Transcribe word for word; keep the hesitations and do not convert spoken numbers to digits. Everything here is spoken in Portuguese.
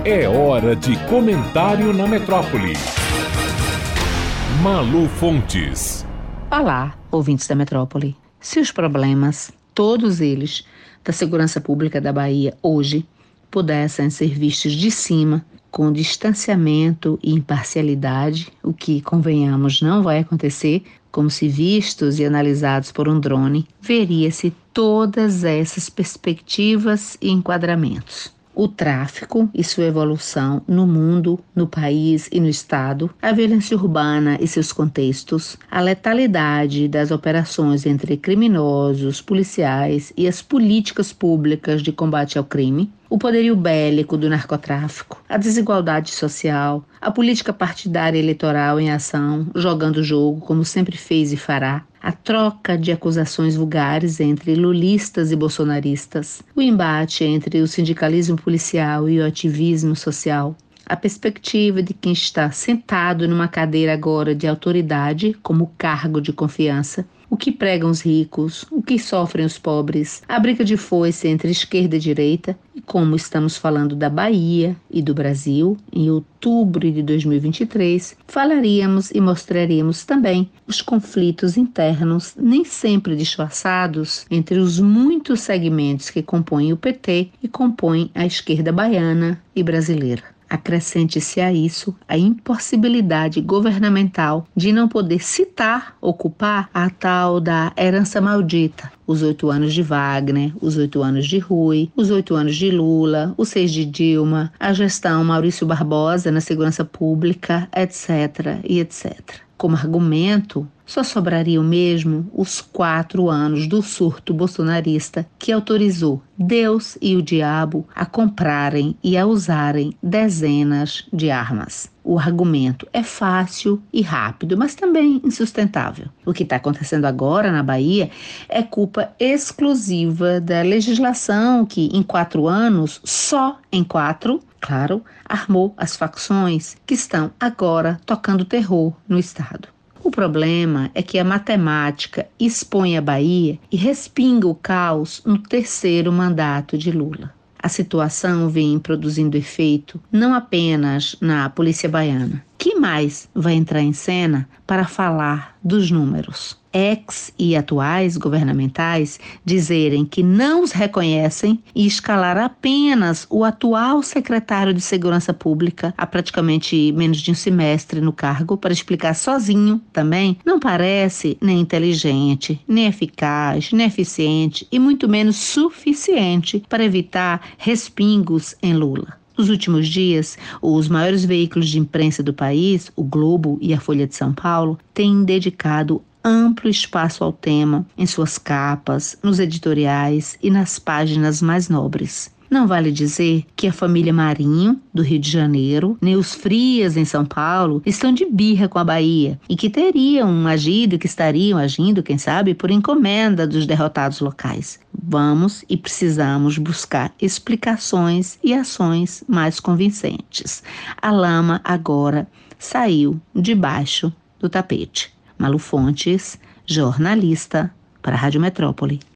É hora de comentário na metrópole. Malu Fontes. Olá, ouvintes da metrópole. Se os problemas, todos eles, da segurança pública da Bahia hoje, pudessem ser vistos de cima, com distanciamento e imparcialidade, o que, convenhamos, não vai acontecer, como se vistos e analisados por um drone, veria-se todas essas perspectivas e enquadramentos. O tráfico e sua evolução no mundo, no país e no estado, a violência urbana e seus contextos, a letalidade das operações entre criminosos, policiais e as políticas públicas de combate ao crime, o poderio bélico do narcotráfico, a desigualdade social, a política partidária eleitoral em ação, jogando o jogo como sempre fez e fará, a troca de acusações vulgares entre lulistas e bolsonaristas, o embate entre o sindicalismo policial e o ativismo social, a perspectiva de quem está sentado numa cadeira agora de autoridade como cargo de confiança, o que pregam os ricos, o que sofrem os pobres, a briga de foice entre esquerda e direita, e como estamos falando da Bahia e do Brasil, em outubro de dois mil e vinte e três, falaríamos e mostraríamos também os conflitos internos, nem sempre disfarçados, entre os muitos segmentos que compõem o P T e compõem a esquerda baiana e brasileira. Acrescente-se a isso a impossibilidade governamental de não poder citar, ocupar a tal da herança maldita. Os oito anos de Wagner, os oito anos de Rui, os oito anos de Lula, os seis de Dilma, a gestão Maurício Barbosa na segurança pública, etc, e etcétera. Como argumento, só sobrariam mesmo os quatro anos do surto bolsonarista que autorizou Deus e o diabo a comprarem e a usarem dezenas de armas. O argumento é fácil e rápido, mas também insustentável. O que está acontecendo agora na Bahia é culpa exclusiva da legislação que, em quatro anos, só em quatro, claro, armou as facções que estão agora tocando terror no estado. O problema é que a matemática expõe a Bahia e respinga o caos no terceiro mandato de Lula. A situação vem produzindo efeito não apenas na polícia baiana. Quem mais vai entrar em cena para falar dos números? Ex e atuais governamentais dizerem que não os reconhecem e escalar apenas o atual secretário de Segurança Pública há praticamente menos de um semestre no cargo para explicar sozinho também não parece nem inteligente, nem eficaz, nem eficiente e muito menos suficiente para evitar respingos em Lula. Nos últimos dias, os maiores veículos de imprensa do país, o Globo e a Folha de São Paulo, têm dedicado amplo espaço ao tema em suas capas, nos editoriais e nas páginas mais nobres. Não vale dizer que a família Marinho, do Rio de Janeiro, nem os Frias, em São Paulo, estão de birra com a Bahia e que teriam agido, que estariam agindo, quem sabe, por encomenda dos derrotados locais. Vamos e precisamos buscar explicações e ações mais convincentes. A lama agora saiu debaixo do tapete. Malu Fontes, jornalista, para a Rádio Metrópole.